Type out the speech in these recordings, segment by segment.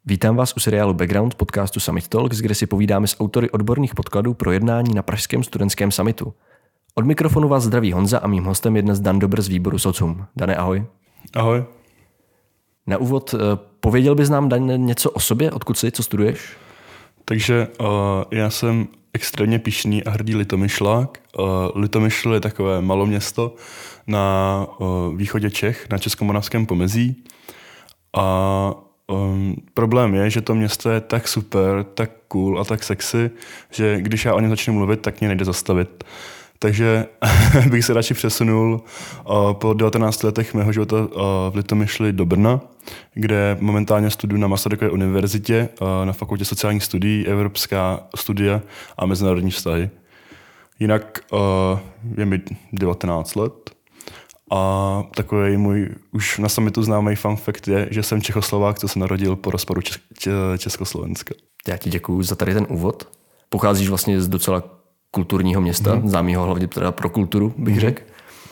Vítám vás u seriálu Background podcastu Summit Talks, kde si povídáme s autory odborných podkladů pro jednání na pražském studentském summitu. Od mikrofonu vás zdraví Honza a mým hostem je dnes Dan Dobr z výboru Socium. Dane, ahoj. Ahoj. Na úvod, pověděl bys nám, Dan, něco o sobě, odkud jsi, co studuješ? Takže já jsem extrémně pyšný a hrdý litomyšlák. Litomyšl je takové maloměsto na východě Čech, na Českomoravském pomezí. A problém je, že to město je tak super, tak cool a tak sexy, že když já o něm začnu mluvit, tak mě nejde zastavit. Takže bych se radši přesunul po 19 letech mého života v Litomyšli do Brna, kde momentálně studuji na Masarykové univerzitě na fakultě sociálních studií, evropská studia a mezinárodní vztahy. Jinak je mi 19 let a takový můj už na summitu známý fun fact je, že jsem Čechoslovák, co se narodil po rozpadu Československa. Já ti děkuju za tady ten úvod. Pocházíš vlastně z docela kulturního města, známýho hlavně teda pro kulturu, bych řekl.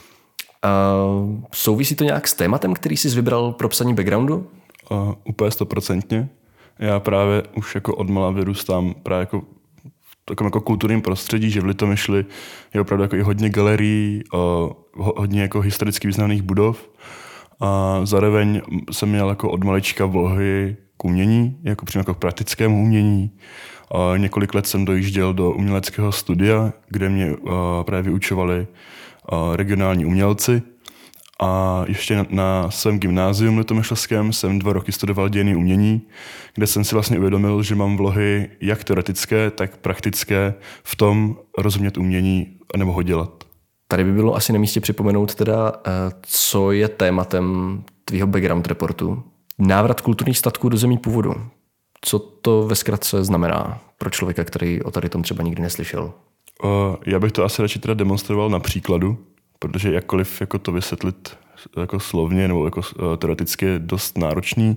Souvisí to nějak s tématem, který jsi vybral pro psaní backgroundu? Úplně 100%. Já právě už jako odmala vyrůstám právě jako v takovém jako kulturním prostředí, že v Litomyšli je opravdu jako i hodně galerií, hodně jako historicky významných budov. A zároveň jsem měl jako od malička vlohy k umění, jako přímo jako k praktickému umění. Několik let jsem dojížděl do uměleckého studia, kde mě právě vyučovali regionální umělci. A ještě na svém gymnázium litomyšlském jsem 2 roky studoval dějiny umění, kde jsem si vlastně uvědomil, že mám vlohy jak teoretické, tak praktické v tom rozumět umění nebo ho dělat. Tady by bylo asi na místě připomenout teda, co je tématem tvýho background reportu. Návrat kulturních statků do zemí původu. Co to ve zkratce znamená pro člověka, který o tady tom třeba nikdy neslyšel? Já bych to asi radši teda demonstroval na příkladu, protože jakkoliv jako to vysvětlit jako slovně nebo jako teoreticky je dost náročný.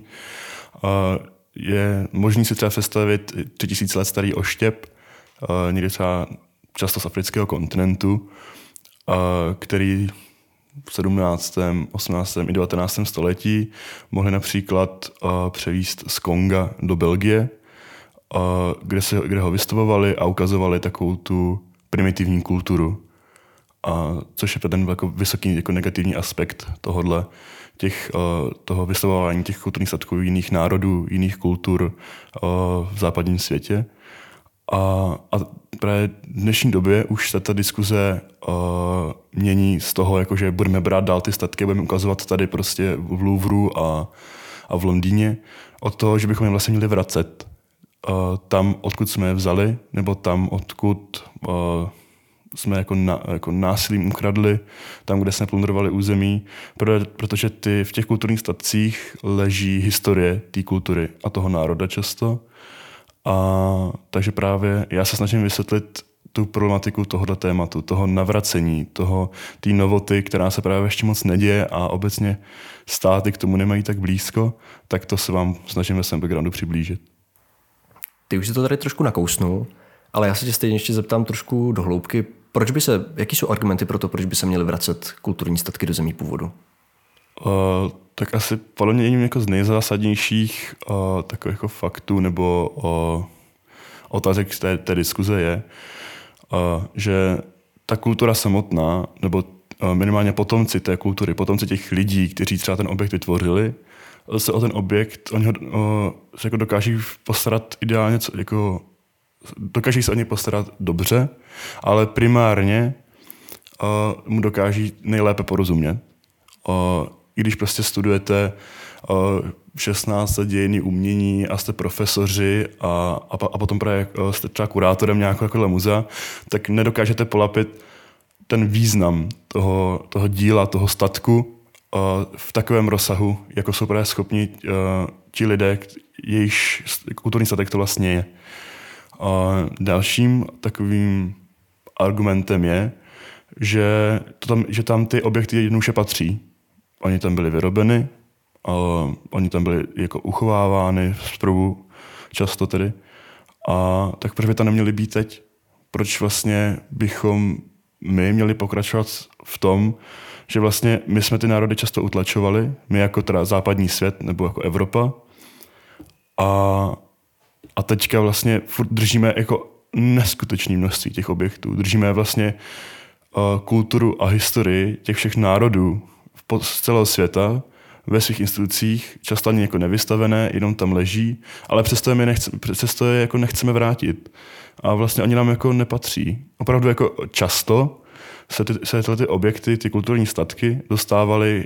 Je možný si třeba představit 3000 let starý oštěp, někdy třeba často z afrického kontinentu, který v 17., 18. i 19. století mohli například převízt z Konga do Belgie, kde ho vystavovali a ukazovali takovou tu primitivní kulturu. Což je ten jako vysoký jako negativní aspekt toho vystavování těch kulturních statků jiných národů, jiných kultur v západním světě. A právě v dnešní době už se ta diskuze mění z toho, jako že budeme brát dál ty statky, budeme ukazovat tady prostě v Louvru a v Londýně, od toho, že bychom je vlastně měli vracet tam, odkud jsme je vzali, nebo tam, odkud jsme jako násilím ukradli, tam, kde jsme plundrovali území, protože v těch kulturních statcích leží historie té kultury a toho národa často. Takže právě já se snažím vysvětlit tu problematiku tohoto tématu, toho navracení, té novoty, která se právě ještě moc neděje a obecně státy k tomu nemají tak blízko, tak to se vám snažím ve svém backgroundu přiblížit. Ty už si to tady trošku nakousnul, ale já se tě stejně ještě zeptám trošku do hloubky. Jaký jsou argumenty pro to, proč by se měly vracet kulturní statky do zemí původu? Tak asi podle mě jedním jako z nejzásadnějších takových jako faktů nebo otázek z té diskuze je, že ta kultura samotná, nebo minimálně potomci té kultury, potomci těch lidí, kteří třeba ten objekt vytvořili, se o ten objekt, oni se jako dokáží postarat ideálně, jako dokáží se o něj postarat dobře, ale primárně mu dokáží nejlépe porozumět. I když prostě studujete 16 let dějiny umění a jste profesoři a potom právě jste třeba kurátorem nějakého jako muzea, tak nedokážete polapit ten význam toho díla, toho statku v takovém rozsahu, jako jsou právě schopni ti lidé, jejichž kulturní statek to vlastně je. Dalším takovým argumentem je, že tam ty objekty jednoduše patří. Oni tam byli vyrobeny, oni tam byli jako uchovávány zprvu, často tedy. Tak proč by tam neměli být teď? Proč vlastně bychom my měli pokračovat v tom, že vlastně my jsme ty národy často utlačovali, my jako teda západní svět nebo jako Evropa, A teďka vlastně furt držíme jako neskutečné množství těch objektů. Držíme vlastně kulturu a historii těch všech národů z celého světa ve svých institucích, často ani jako nevystavené, jenom tam leží, ale přesto je jako nechceme vrátit. A vlastně ani nám jako nepatří. Opravdu jako často se ty objekty, ty kulturní statky dostávaly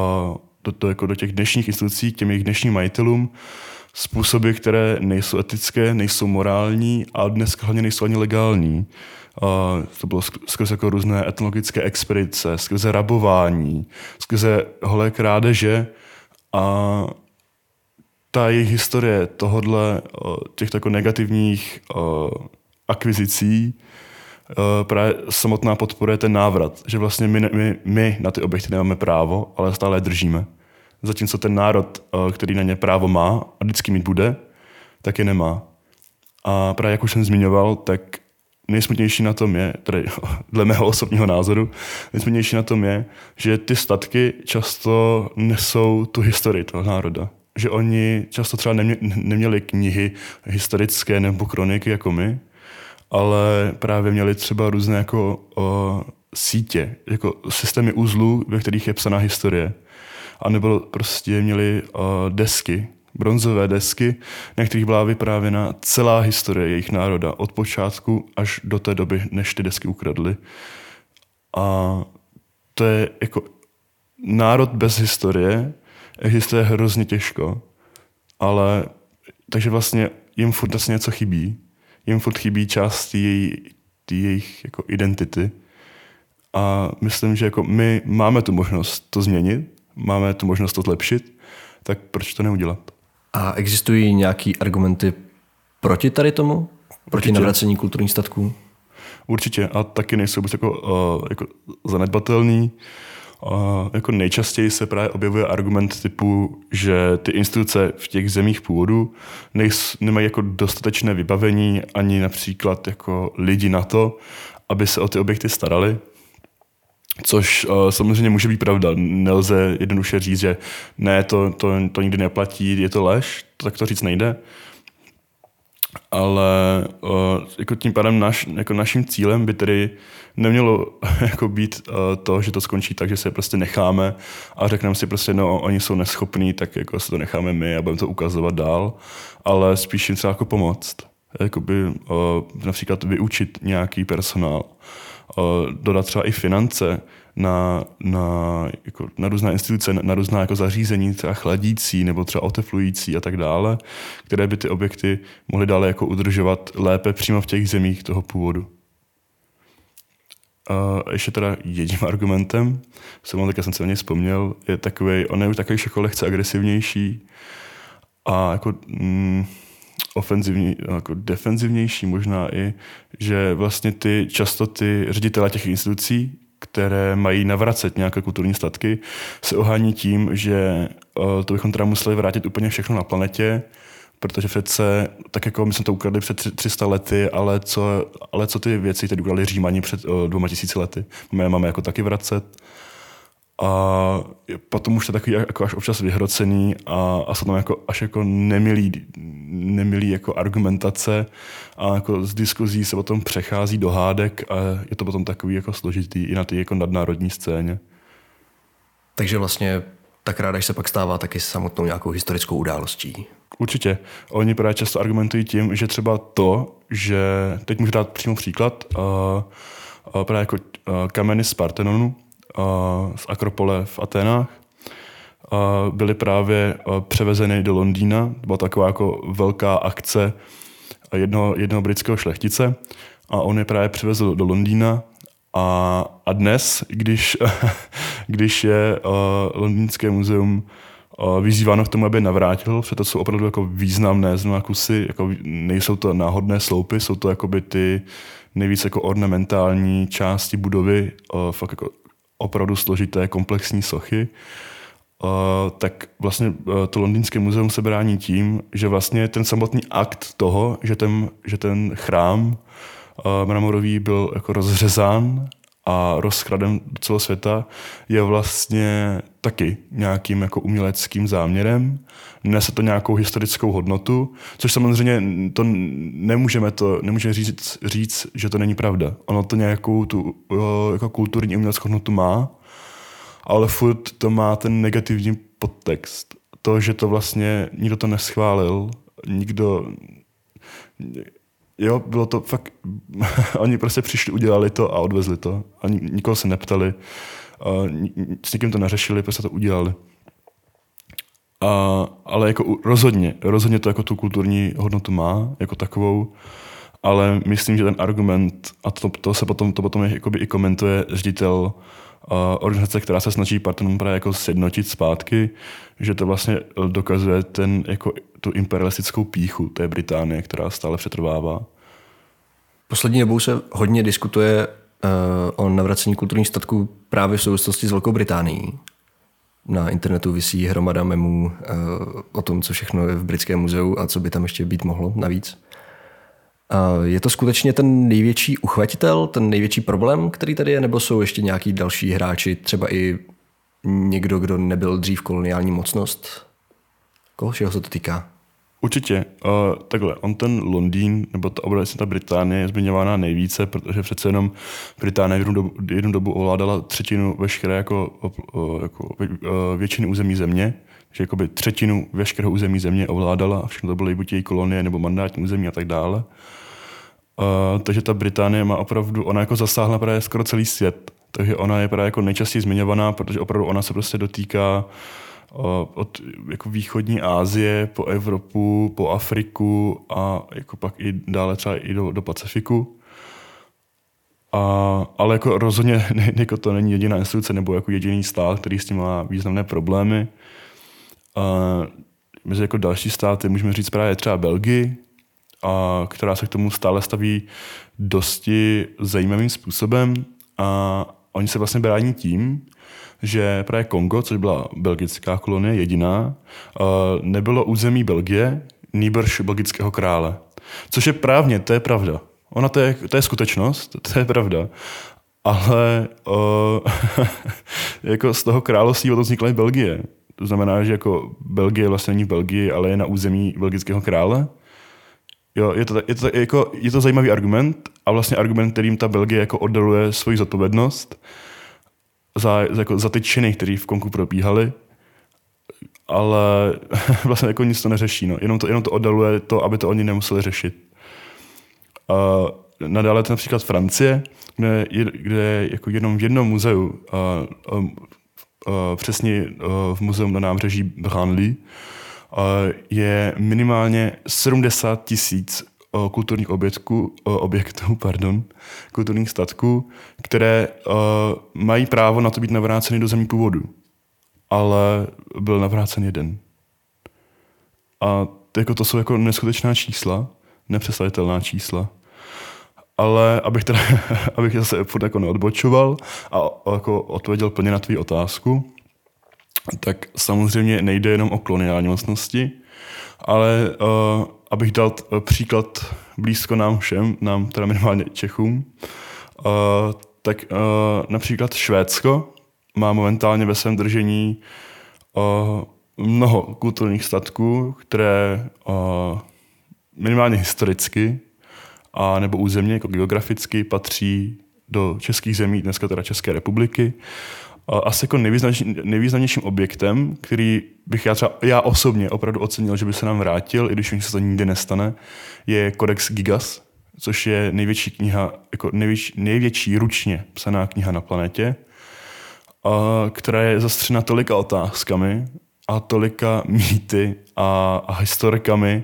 do těch dnešních institucí, k těm jejich dnešním majitelům, způsoby, které nejsou etické, nejsou morální a dnes hlavně nejsou ani legální. To bylo skrze jako různé etnologické expedice, skrze rabování, skrze holé krádeže a ta jejich historie těchto jako negativních akvizicí právě samotná podporuje ten návrat, že vlastně my na ty objekty nemáme právo, ale stále je držíme. Zatímco ten národ, který na ně právo má a vždycky mít bude, tak je nemá. A právě jak už jsem zmiňoval, tak nejsmutnější na tom je, tedy dle mého osobního názoru, nejsmutnější na tom je, že ty statky často nesou tu historii toho národa. Že oni často třeba neměli knihy historické nebo kroniky jako my, ale právě měli třeba různé jako sítě, jako systémy uzlů, ve kterých je psaná historie. A nebo prostě měli desky, bronzové desky, na kterých byla vyprávěna celá historie jejich národa od počátku až do té doby, než ty desky ukradli. A to je jako národ bez historie existuje hrozně těžko, ale takže vlastně jim furt vlastně něco chybí. Jim furt chybí část jejich jako identity. A myslím, že jako my máme tu možnost to změnit, máme tu možnost to zlepšit, tak proč to neudělat? A existují nějaký argumenty proti tady tomu? Proti navracení kulturních statků? Určitě. A taky nejsou vůbec jako zanedbatelný. Jako nejčastěji se právě objevuje argument typu, že ty instituce v těch zemích původu nemají jako dostatečné vybavení ani například jako lidi na to, aby se o ty objekty starali. Což samozřejmě může být pravda. Nelze jednoduše říct, že ne, to nikdy neplatí, je to lež, tak to říct nejde. Ale jako tím pádem naším cílem by tedy nemělo jako být to, že to skončí tak, že se prostě necháme a řekneme si prostě, no oni jsou neschopní, tak jako se to necháme my a budeme to ukazovat dál, ale spíš jim třeba jako pomoct. Jakoby, například vyučit nějaký personál, dodat třeba i finance na různé instituce, na různá jako zařízení, třeba chladící nebo třeba oteplující a tak dále, které by ty objekty mohly dále jako udržovat lépe přímo v těch zemích toho původu. A ještě teda jedním argumentem, jsem se na něj vzpomněl, je takový, on je už takový jako lehce agresivnější a jako ofenzivní, jako defenzivnější možná i, že vlastně často ty ředitelé těch institucí, které mají navracet nějaké kulturní statky, se ohání tím, že to bychom teda museli vrátit úplně všechno na planetě, protože přece, tak jako my jsme to ukradli před 300 lety, ale co ty věci teď ukradli Římani před 2000 lety? My je máme jako taky vracet. A potom už to takový jako až občas vyhrocený a jsou tam jako až jako nemilý jako argumentace a jako z diskuzí se potom přechází do hádek a je to potom takový jako složitý i na té jako nadnárodní scéně. Takže vlastně ta krádež se pak stává taky samotnou nějakou historickou událostí. Určitě. Oni právě často argumentují tím, že třeba to, že teď můžu dát přímo příklad, právě jako kameny z Partenonu, z Akropole v Aténách, byly právě převezeny do Londýna. Byla taková jako velká akce jednoho britského šlechtice a on je právě přivezl do Londýna a dnes, když je Londýnské muzeum vyzýváno k tomu, aby navrátil, protože to jsou opravdu jako významné kusy, jako nejsou to náhodné sloupy, jsou to jakoby ty nejvíc jako ornamentální části budovy, fakt jako opravdu složité, komplexní sochy, tak vlastně to Londýnské muzeum se brání tím, že vlastně ten samotný akt toho, že ten chrám mramorový byl jako rozřezán a rozkradem do celého světa je vlastně taky nějakým jako uměleckým záměrem. Nese to nějakou historickou hodnotu, což samozřejmě to nemůžeme říct, že to není pravda. Ono to nějakou tu jako kulturní uměleckou hodnotu má, ale furt to má ten negativní podtext. To, že to vlastně nikdo to neschválil, bylo to fakt, oni prostě přišli, udělali to a odvezli to. A nikoho se neptali, s nikým to neřešili, prostě to udělali. Ale jako rozhodně to jako tu kulturní hodnotu má, jako takovou, ale myslím, že ten argument, a to potom jakoby i komentuje ředitel organizace, která se snaží Parthenon právě jako sjednotit zpátky, že to vlastně dokazuje tu imperialistickou pýchu té Británie, která stále přetrvává. Poslední dobou se hodně diskutuje o navracení kulturních statků právě v souvislosti s Velkou Británií. Na internetu visí hromada memů o tom, co všechno je v Britském muzeu a co by tam ještě být mohlo navíc. Je to skutečně ten největší uchvatitel, ten největší problém, který tady je, nebo jsou ještě nějaký další hráči, třeba i někdo, kdo nebyl dřív koloniální mocnost? Koho všeho se to týká? Určitě. Takhle, on ten Londýn, nebo ta Británie je zmiňována nejvíce, protože přece jenom Británie jednu dobu ovládala třetinu veškeré jako většiny území země, že jakoby třetinu veškerého území země ovládala a všechno to byly buď její kolonie nebo mandátní území a tak dále. Takže ta Británie má opravdu, ona jako zasáhla právě skoro celý svět, takže ona je právě jako nejčastěji zmiňovaná, protože opravdu ona se prostě dotýká od jako východní Asie po Evropu, po Afriku a jako pak i dále třeba i do Pacifiku. Ale jako rozhodně jako to není jediná instituce nebo jako jediný stát, který s tím má významné problémy. Mezi jako další státy můžeme říct právě třeba Belgii, která se k tomu stále staví dosti zajímavým způsobem. A oni se vlastně brání tím, že právě Kongo, což byla belgická kolonie jediná, nebylo území Belgie, nýbrž belgického krále. Což je právně, to je pravda. To je skutečnost, to je pravda. Ale jako z toho království potom vznikla i Belgie. To znamená, že jako Belgie vlastně není v Belgii, ale je na území belgického krále. Jo, je to zajímavý argument a vlastně argument, kterým ta Belgie jako oddaluje svoji zodpovědnost za ty činy, které v Kongu probíhaly, ale vlastně jako nic to neřeší. No. Jenom to oddaluje to, aby to oni nemuseli řešit. Nadále to například Francie, kde jako jenom v jednom muzeu, přesně v muzeu na nábřeží Branly, je minimálně 70 000 kulturních kulturních statků, které mají právo na to být navráceny do zemí původu. Ale byl navrácen jeden. A to jsou jako neskutečná čísla, nepředstavitelná čísla. Ale abych zase furt jako neodbočoval a jako odpověděl plně na tvou otázku, tak samozřejmě nejde jenom o koloniální mocnosti, ale abych dal příklad blízko nám všem, nám teda minimálně Čechům, tak například Švédsko má momentálně ve svém držení mnoho kulturních statků, které minimálně historicky a nebo územně, jako geograficky patří do českých zemí, dneska teda České republiky. Asi jako nejvýznamnějším objektem, který bych já osobně opravdu ocenil, že by se nám vrátil, i když se to nikdy nestane, je Codex Gigas, což je největší kniha, jako největší ručně psaná kniha na planetě, která je zastřena tolika otázkami a tolika mýty a historikami,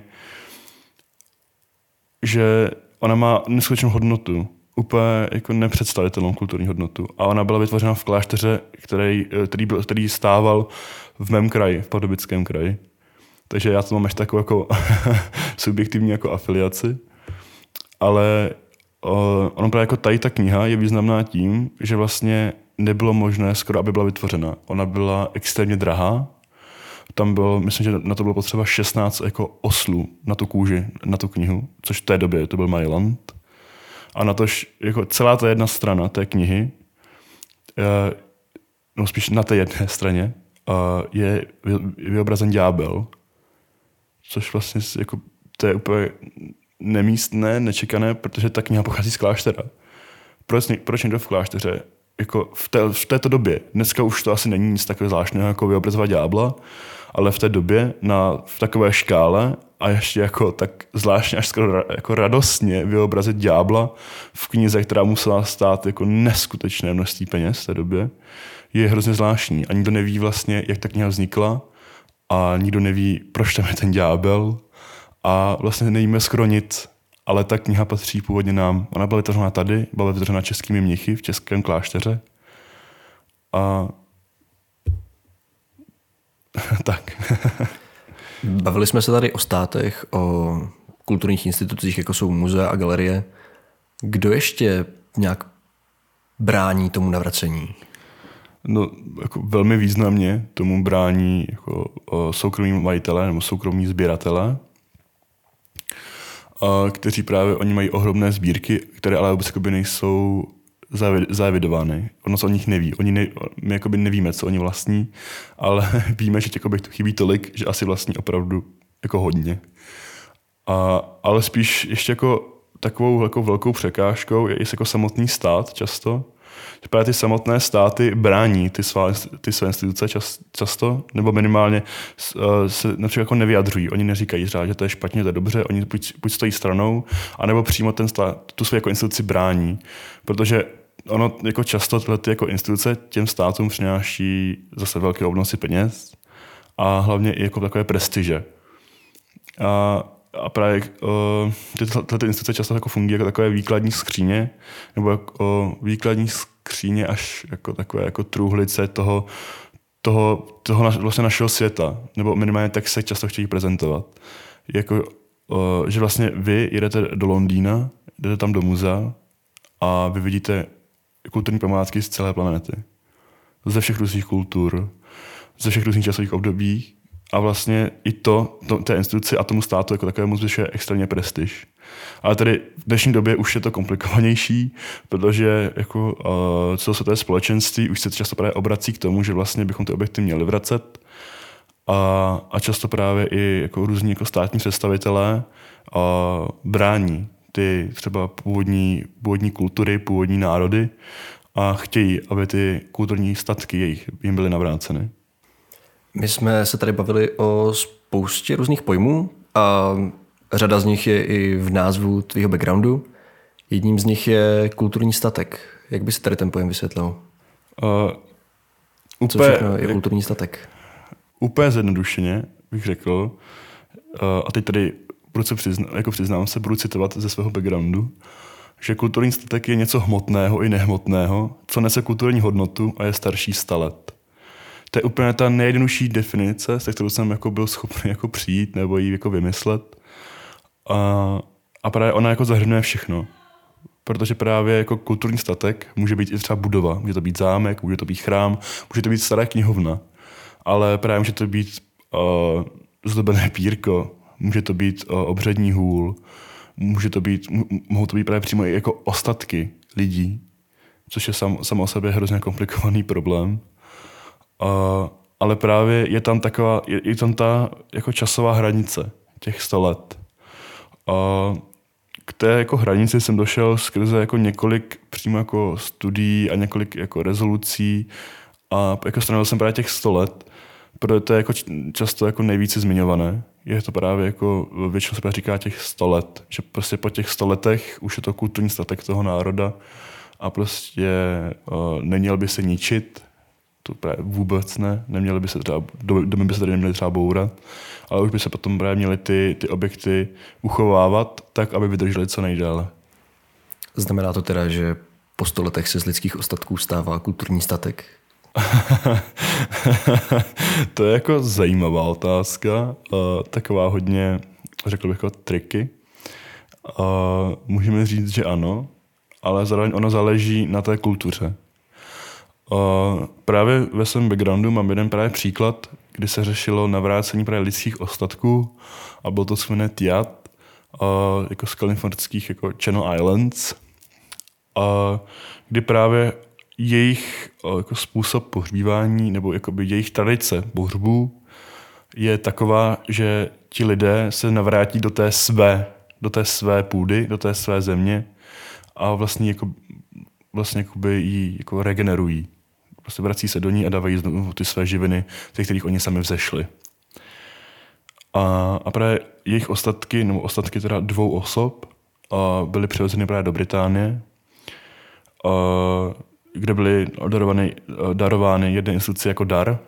že ona má neskutečnou hodnotu, úplně jako nepředstavitelnou kulturní hodnotu. A ona byla vytvořena v klášteře, který stával v mém kraji, v Pardubickém kraji. Takže já to mám ještě takovou jako subjektivní jako afiliaci. Ale ono právě jako tady ta kniha je významná tím, že vlastně nebylo možné skoro, aby byla vytvořena. Ona byla extrémně drahá. Tam bylo, myslím, že na to bylo potřeba 16 jako oslů na tu kůži, na tu knihu, což v té době to byl Mailand. A na to jako celá ta jedna strana té knihy no spíš na té jedné straně, je vyobrazen ďábel, což vlastně jako, to je úplně nemístné, nečekané, protože ta kniha pochází z kláštera. Proč někdo v klášteře, jako v této době, dneska už to asi není nic takového zvláštného, jako vyobrazovat ďábla, ale v té době v takové škále a ještě jako tak zvláštně až skoro jako radostně vyobrazit ďábla v knize, která musela stát jako neskutečné množství peněz v té době, je hrozně zvláštní. A nikdo neví vlastně, jak ta kniha vznikla a nikdo neví, proč tam je ten ďábel a vlastně nevíme skoro nic, ale ta kniha patří původně nám. Ona byla vytvořena tady, byla vytvořena českými mnichy v českém klášteře a tak. Bavili jsme se tady o státech, o kulturních institucích, jako jsou muzea a galerie. Kdo ještě nějak brání tomu navracení? No, jako velmi významně tomu brání jako soukromí majitelé nebo soukromí sběratelé, kteří právě, oni mají ohromné sbírky, které ale vůbec nejsou zaevidovány. Ono se o nich neví. My jakoby nevíme, co oni vlastní, ale víme, že těch objektů chybí tolik, že asi vlastní opravdu jako hodně. Ale spíš ještě jako takovou jako velkou překážkou je jako samotný stát často. Že právě ty samotné státy brání ty své instituce často, nebo minimálně se například jako nevyjadřují. Oni neříkají třeba, že to je špatně, to je dobře, oni buď stojí stranou, anebo přímo ten stát, tu svou jako instituci brání. Protože ono jako často tyhle jako instituce těm státům přináší zase velké obnosy peněz a hlavně i jako takové prestiže. A právě tyto instituce často jako fungují jako takové výkladní skříně, nebo jako výkladní skříně až jako takové jako trůhlice toho vlastně našeho světa, nebo minimálně tak se často chtějí prezentovat. Jako, že vlastně vy jedete do Londýna, jdete tam do muzea a vy vidíte kulturní památky z celé planety. Ze všech různých kultur, ze všech různých časových období. A vlastně i té instituci a tomu státu jako takovému zvyšuje extrémně prestiž. Ale tady v dnešní době už je to komplikovanější, protože jako celosvětové společenství už se často právě obrací k tomu, že vlastně bychom ty objekty měli vracet. A často právě i jako různí jako státní představitelé brání ty třeba původní kultury, původní národy a chtějí, aby ty kulturní statky jim byly navráceny. My jsme se tady bavili o spoustě různých pojmů a řada z nich je i v názvu tvýho backgroundu. Jedním z nich je kulturní statek. Jak by si tady ten pojem vysvětlil? Co všechno je kulturní statek? Úplně zjednodušeně bych řekl, a teď tady přiznám se, budu citovat ze svého backgroundu, že kulturní statek je něco hmotného i nehmotného, co nese kulturní hodnotu a je starší 100 let. To je úplně ta nejjednodušší definice, se kterou jsem jako byl schopný jako přijít nebo ji jako vymyslet. A právě ona jako zahrnuje všechno. Protože právě jako kulturní statek může být i třeba budova, může to být zámek, může to být chrám, může to být stará knihovna, ale právě může to být zdobené pírko, může to být obřadní hůl, mohou to být právě přímo i jako ostatky lidí, což je samo o sobě hrozně komplikovaný problém. Ale právě je tam ta jako časová hranice těch 100 let. K té jako hranici jsem došel skrze jako několik přímo jako studií a několik jako rezolucí a jako stanovil jsem právě těch 100 let, protože to je jako často jako nejvíce zmiňované. Je to právě jako většinou se právě říká těch 100 let, že prostě po těch 100 letech už je to kulturní statek toho národa a prostě neměl by se ničit. To právě vůbec ne. Neměly by se třeba, domy by se tady neměly třeba bourat, ale už by se potom právě měly ty objekty uchovávat tak, aby vydržely co nejdále. Znamená to teda, že po 100 letech se z lidských ostatků stává kulturní statek? To je jako zajímavá otázka, taková hodně, řekl bych, jako triky. Můžeme říct, že ano, ale zároveň ono záleží na té kultuře. Právě ve svém backgroundu mám jeden právě příklad, kdy se řešilo navrácení právě lidských ostatků a byl to svěné Tjat, jako z kalifornských jako Channel Islands, kdy právě jejich jako způsob pohřbívání nebo jakoby jejich tradice pohřbů je taková, že ti lidé se navrátí do té své půdy, do té své země a vlastně jakoby ji jako regenerují. Prostě vrací se do ní a dávají znovu ty své živiny, ze kterých oni sami vzešli. A právě jejich ostatky, nebo ostatky teda 2 osob, byly přivezeny právě do Británie, kde byly darovány jedné instituci jako dar.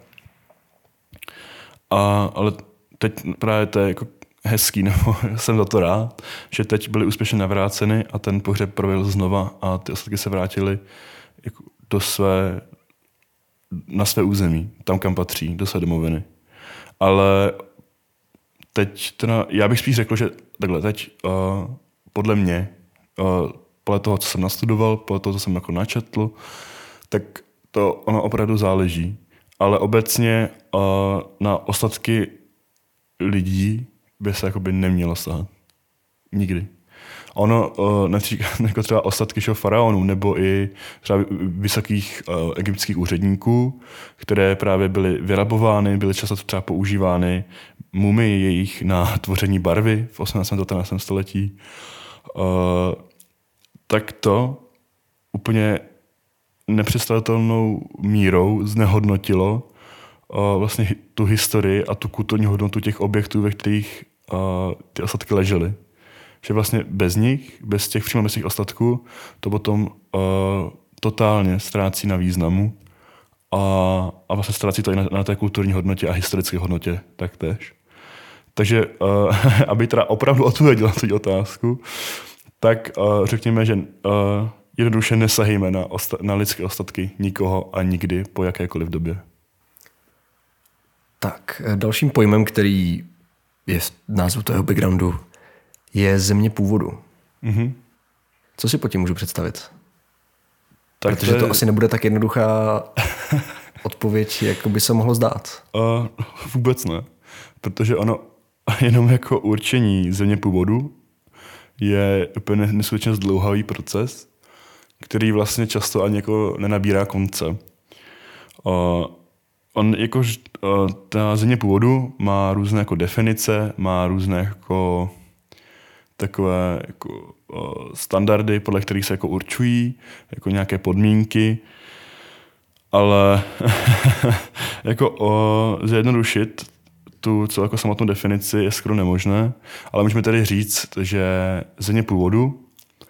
Ale teď právě to je jako hezký, nebo jsem za to rád, že teď byly úspěšně navráceny a ten pohřeb proběhl znova a ty ostatky se vrátily jako na své území, tam, kam patří, do své domoviny. Ale teď teda, já bych spíš řekl, že takhle teď podle mě, podle toho, co jsem nastudoval, podle toho, co jsem jako načetl, tak to ono opravdu záleží. Ale obecně na ostatky lidí by se jakoby nemělo sahat. Nikdy. Ono, například jako třeba ostatky faraonů, nebo i třeba vysokých egyptských úředníků, které právě byly vyrabovány, byly často třeba používány mumie jejich na tvoření barvy v 18. a 19. století, tak to úplně nepředstavitelnou mírou znehodnotilo vlastně tu historii a tu kulturní hodnotu těch objektů, ve kterých ty ostatky ležely. Že vlastně bez nich, bez těch ostatků, to potom totálně ztrácí na významu a vlastně ztrácí to i na té kulturní hodnotě a historické hodnotě taktéž. Takže aby teda opravdu odpověděla tu otázku, tak řekněme, že jednoduše nesahejme na lidské ostatky nikoho a nikdy po jakékoliv době. Tak, dalším pojmem, který je v názvu toho backgroundu, je země původu. Mm-hmm. Co si pod tím můžu představit? Tak protože to asi nebude tak jednoduchá odpověď, jako by se mohlo zdát. Vůbec ne. Protože ono jenom jako určení země původu je úplně neskutečně zdlouhavý proces, který vlastně často ani jako nenabírá konce. Ta země původu má různé jako definice, má různé jako takové jako standardy, podle kterých se jako určují, jako nějaké podmínky, ale jako zjednodušit tu celou jako samotnou definici je skoro nemožné, ale můžeme tedy říct, že země původu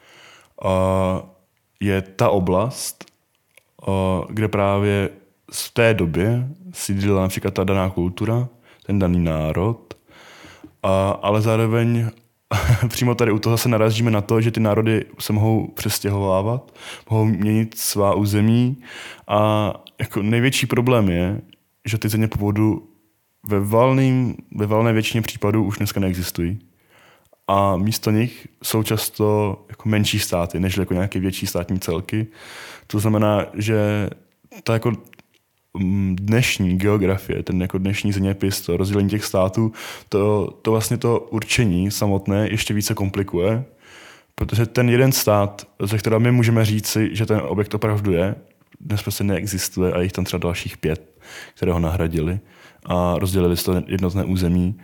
je ta oblast, kde právě v té době sídlila například ta daná kultura, ten daný národ, ale zároveň přímo tady u toho se narazíme na to, že ty národy se mohou přestěhovávat, mohou měnit svá území a jako největší problém je, že ty země původu ve valné většině případů už dneska neexistují. A místo nich jsou často jako menší státy, než jako nějaké větší státní celky. To znamená, že ta jako dnešní geografie, ten jako dnešní zeměpis, to rozdělení těch států, to vlastně to určení samotné ještě více komplikuje, protože ten jeden stát, ze kterého my můžeme říci, že ten objekt opravdu je, dnes prostě neexistuje a jich tam třeba dalších 5, které ho nahradili a rozdělili si to jednotné území.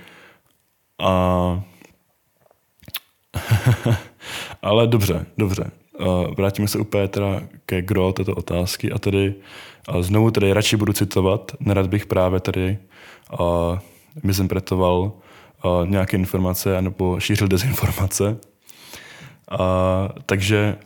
Ale dobře. Vrátíme se úplně teda ke gro této otázky a tedy znovu tedy radši budu citovat, nerad bych právě tady mizinterpretoval nějaké informace nebo šířil dezinformace. Takže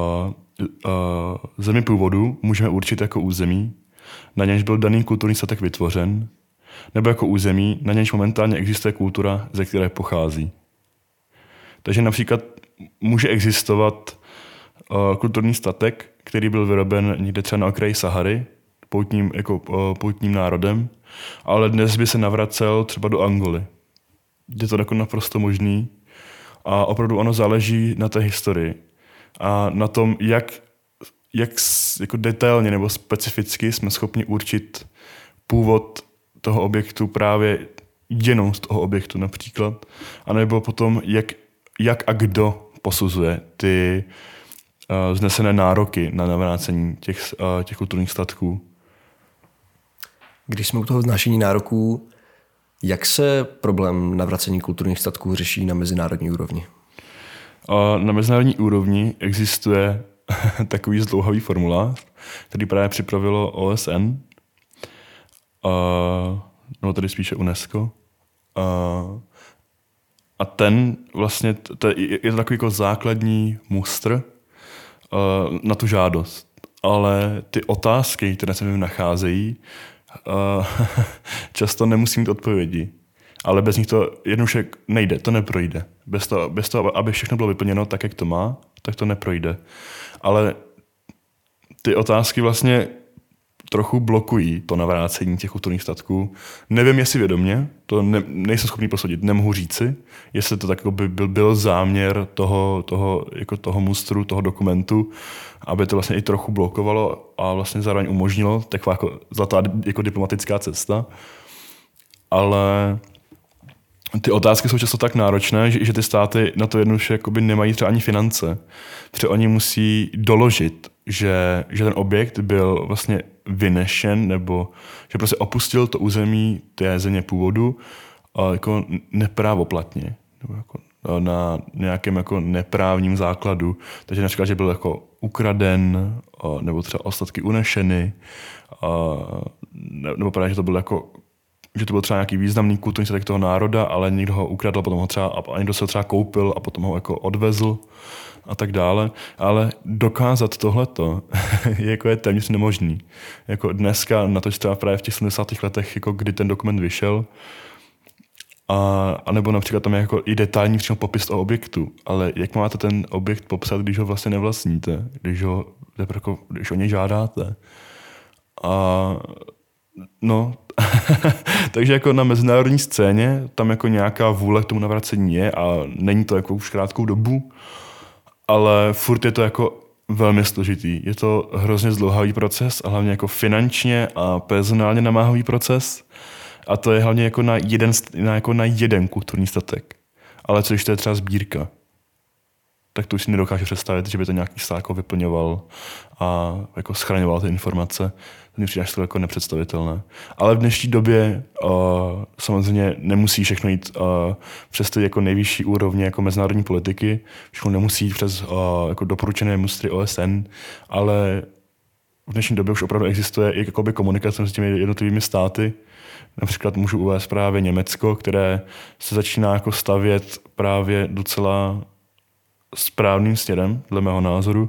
zemi původu můžeme určit jako území, na nějž byl daný kulturní statek vytvořen, nebo jako území, na nějž momentálně existuje kultura, ze které pochází. Takže například může existovat kulturní statek, který byl vyroben někde třeba na okraji Sahary, poutním národem, ale dnes by se navracel třeba do Angoly. Je to jako naprosto možný a opravdu ono záleží na té historii a na tom, jak jako detailně nebo specificky jsme schopni určit původ toho objektu právě jenom z toho objektu například, anebo potom jak a kdo posuzuje ty vznesené nároky na navrácení těch kulturních statků. Když jsme u toho vznášení nároků, jak se problém navracení kulturních statků řeší na mezinárodní úrovni? Na mezinárodní úrovni existuje takový zdlouhavý formulář, který právě připravilo OSN, nebo tedy spíše UNESCO. A ten vlastně je to takový jako základní mustr na tu žádost. Ale ty otázky, které se v něm nacházejí, často nemusí mít odpovědi. Ale bez nich to jednoduše nejde, to neprojde. Bez toho, aby všechno bylo vyplněno tak, jak to má, tak to neprojde. Ale ty otázky vlastně trochu blokují to navrácení těch kulturních statků. Nevím, jestli vědomě, to nejsem schopný posoudit, nemohu říci, jestli to tak jako by byl záměr toho mustru, toho dokumentu, aby to vlastně i trochu blokovalo a vlastně zároveň umožnilo taková jako zlatá jako diplomatická cesta. Ale ty otázky jsou často tak náročné, že ty státy na to jednoduše nemají třeba ani finance. Protože oni musí doložit, že ten objekt byl vlastně vynešen nebo že prostě opustil to území té země původu jako neprávoplatně. Nebo jako na nějakém jako neprávním základu. Takže například, že byl jako ukraden nebo třeba ostatky unešeny nebo právě, že to bylo jako že to byl třeba nějaký významný kulturní statek toho národa, ale někdo ho ukradl, potom ho třeba, a někdo se ho třeba koupil a potom ho jako odvezl a tak dále. Ale dokázat tohleto je téměř nemožný. Jako dneska, na to třeba právě v těch 70. letech, jako kdy ten dokument vyšel, a nebo například tam je jako i detailní přímo popis toho objektu, ale jak máte ten objekt popsat, když ho vlastně nevlastníte, když o něj žádáte. No, takže jako na mezinárodní scéně tam jako nějaká vůle k tomu navracení je a není to jako už krátkou dobu, ale furt je to jako velmi složitý. Je to hrozně zdlouhavý proces a hlavně jako finančně a personálně namáhavý proces a to je hlavně jako na jeden kulturní statek. Ale co když to je třeba sbírka? Tak to už si nedokážu představit, že by to nějaký stát jako vyplňoval a jako schraňoval ty informace. To mi přijde to jako nepředstavitelné. Ale v dnešní době samozřejmě nemusí všechno jít přes ty jako nejvyšší úrovně jako mezinárodní politiky. Všechno nemusí jít přes jako doporučené mustry OSN, ale v dnešní době už opravdu existuje i jakoby komunikace mezi těmi jednotlivými státy. Například můžu uvést právě Německo, které se začíná jako stavět právě docela správným směrem, dle mého názoru,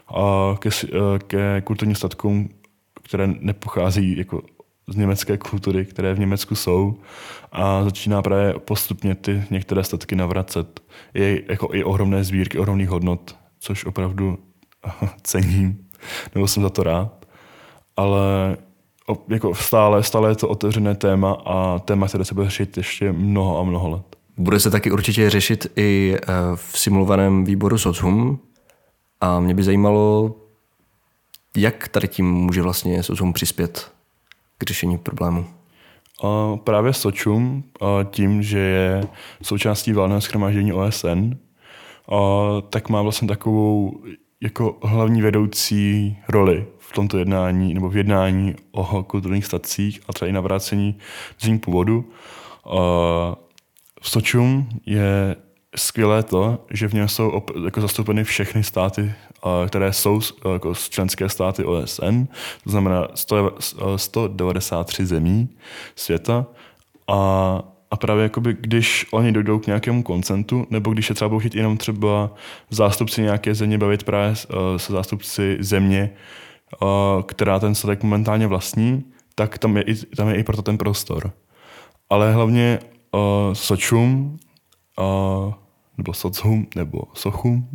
ke kulturním statkům, které nepochází jako z německé kultury, které v Německu jsou a začíná právě postupně ty některé statky navracet. Je jako i ohromné sbírky, ohromných hodnot, což opravdu cením, nebo jsem za to rád. Ale jako stále je to otevřené téma a téma, které se bude řešit ještě mnoho a mnoho let. Bude se taky určitě řešit i v simulovaném výboru SOCHUM a mě by zajímalo, jak tady tím může vlastně SOCHUM přispět k řešení problému. Právě SOCHUM tím, že je součástí valného shromáždění OSN, tak má vlastně takovou jako hlavní vedoucí roli v tomto jednání nebo v jednání o kulturních statcích a třeba i navrácení zemí původu. V SOCHUM je skvělé to, že v něm jsou jako zastoupeny všechny státy, které jsou jako členské státy OSN, to znamená 193 zemí světa a právě jakoby, když oni dojdou k nějakému koncentu, nebo když je třeba budou chtít jenom třeba zástupci nějaké země bavit právě se zástupci země, která ten statek momentálně vlastní, tak tam je i proto ten prostor. Ale hlavně SOCHUM, nebo SOCHUM, nebo SOCHUM,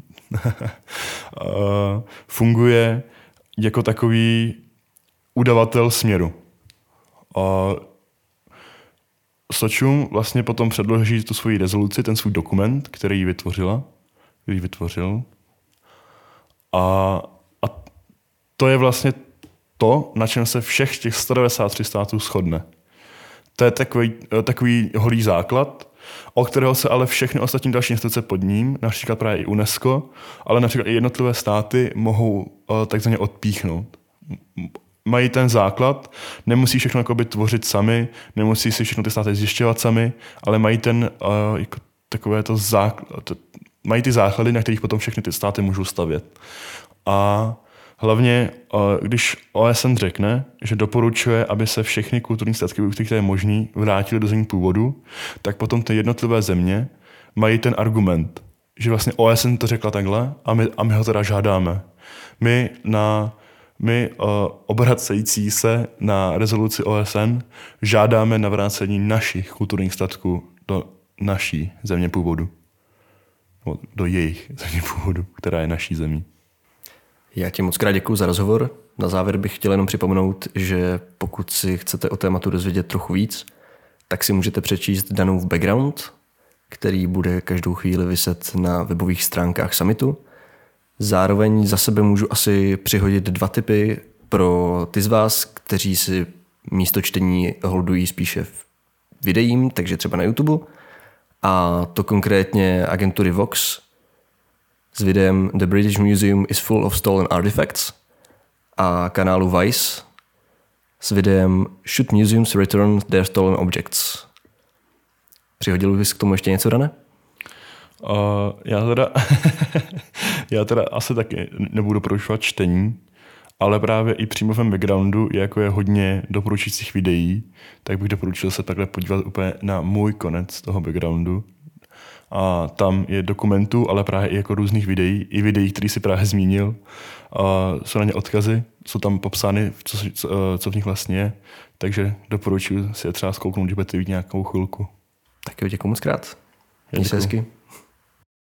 funguje jako takový udavatel směru. SOCHUM vlastně potom předloží tu svoji rezoluci, ten svůj dokument, který vytvořil. A to je vlastně to, na čem se všech těch 193 států shodne. To je takový holý základ o kterého se ale všechny ostatní další instituce pod ním, například právě i UNESCO, ale například i jednotlivé státy mohou takzvaně odpíchnout. Mají ten základ, nemusí všechno jakoby tvořit sami, nemusí si všechno ty státy zjišťovat sami, ale mají ten jako takové to mají ty základy, na kterých potom všechny ty státy můžou stavět. A hlavně, když OSN řekne, že doporučuje, aby se všechny kulturní statky, které je možný, vrátily do zemí původu, tak potom ty jednotlivé země mají ten argument, že vlastně OSN to řekla takhle a my ho teda žádáme. My obracející se na rezoluci OSN žádáme navrácení našich kulturních statků do naší země původu. Do jejich země původu, která je naší zemí. Já ti moc krát děkuju za rozhovor. Na závěr bych chtěl jenom připomenout, že pokud si chcete o tématu dozvědět trochu víc, tak si můžete přečíst Danův background, který bude každou chvíli viset na webových stránkách summitu. Zároveň za sebe můžu asi přihodit 2 tipy pro ty z vás, kteří si místo čtení holdují spíše videím, takže třeba na YouTube. A to konkrétně agentury Vox s videem The British Museum is full of stolen artifacts a kanálu Vice s videem Should museums return their stolen objects. Přihodil bys k tomu ještě něco, Dane? Já teda asi taky nebudu doporučovat čtení, ale právě i přímo v mém backgroundu, jako je hodně doporučujících videí, tak bych doporučil se takhle podívat úplně na můj konec toho backgroundu. A tam je dokumentů, ale právě i jako různých videí, i videí, který si právě zmínil. Jsou na ně odkazy, jsou tam popsány, co v nich vlastně je, takže doporučuji si je třeba zkouknout, když budete vidět nějakou chvilku. Tak jo, děkuji moc krát. Měj se hezky.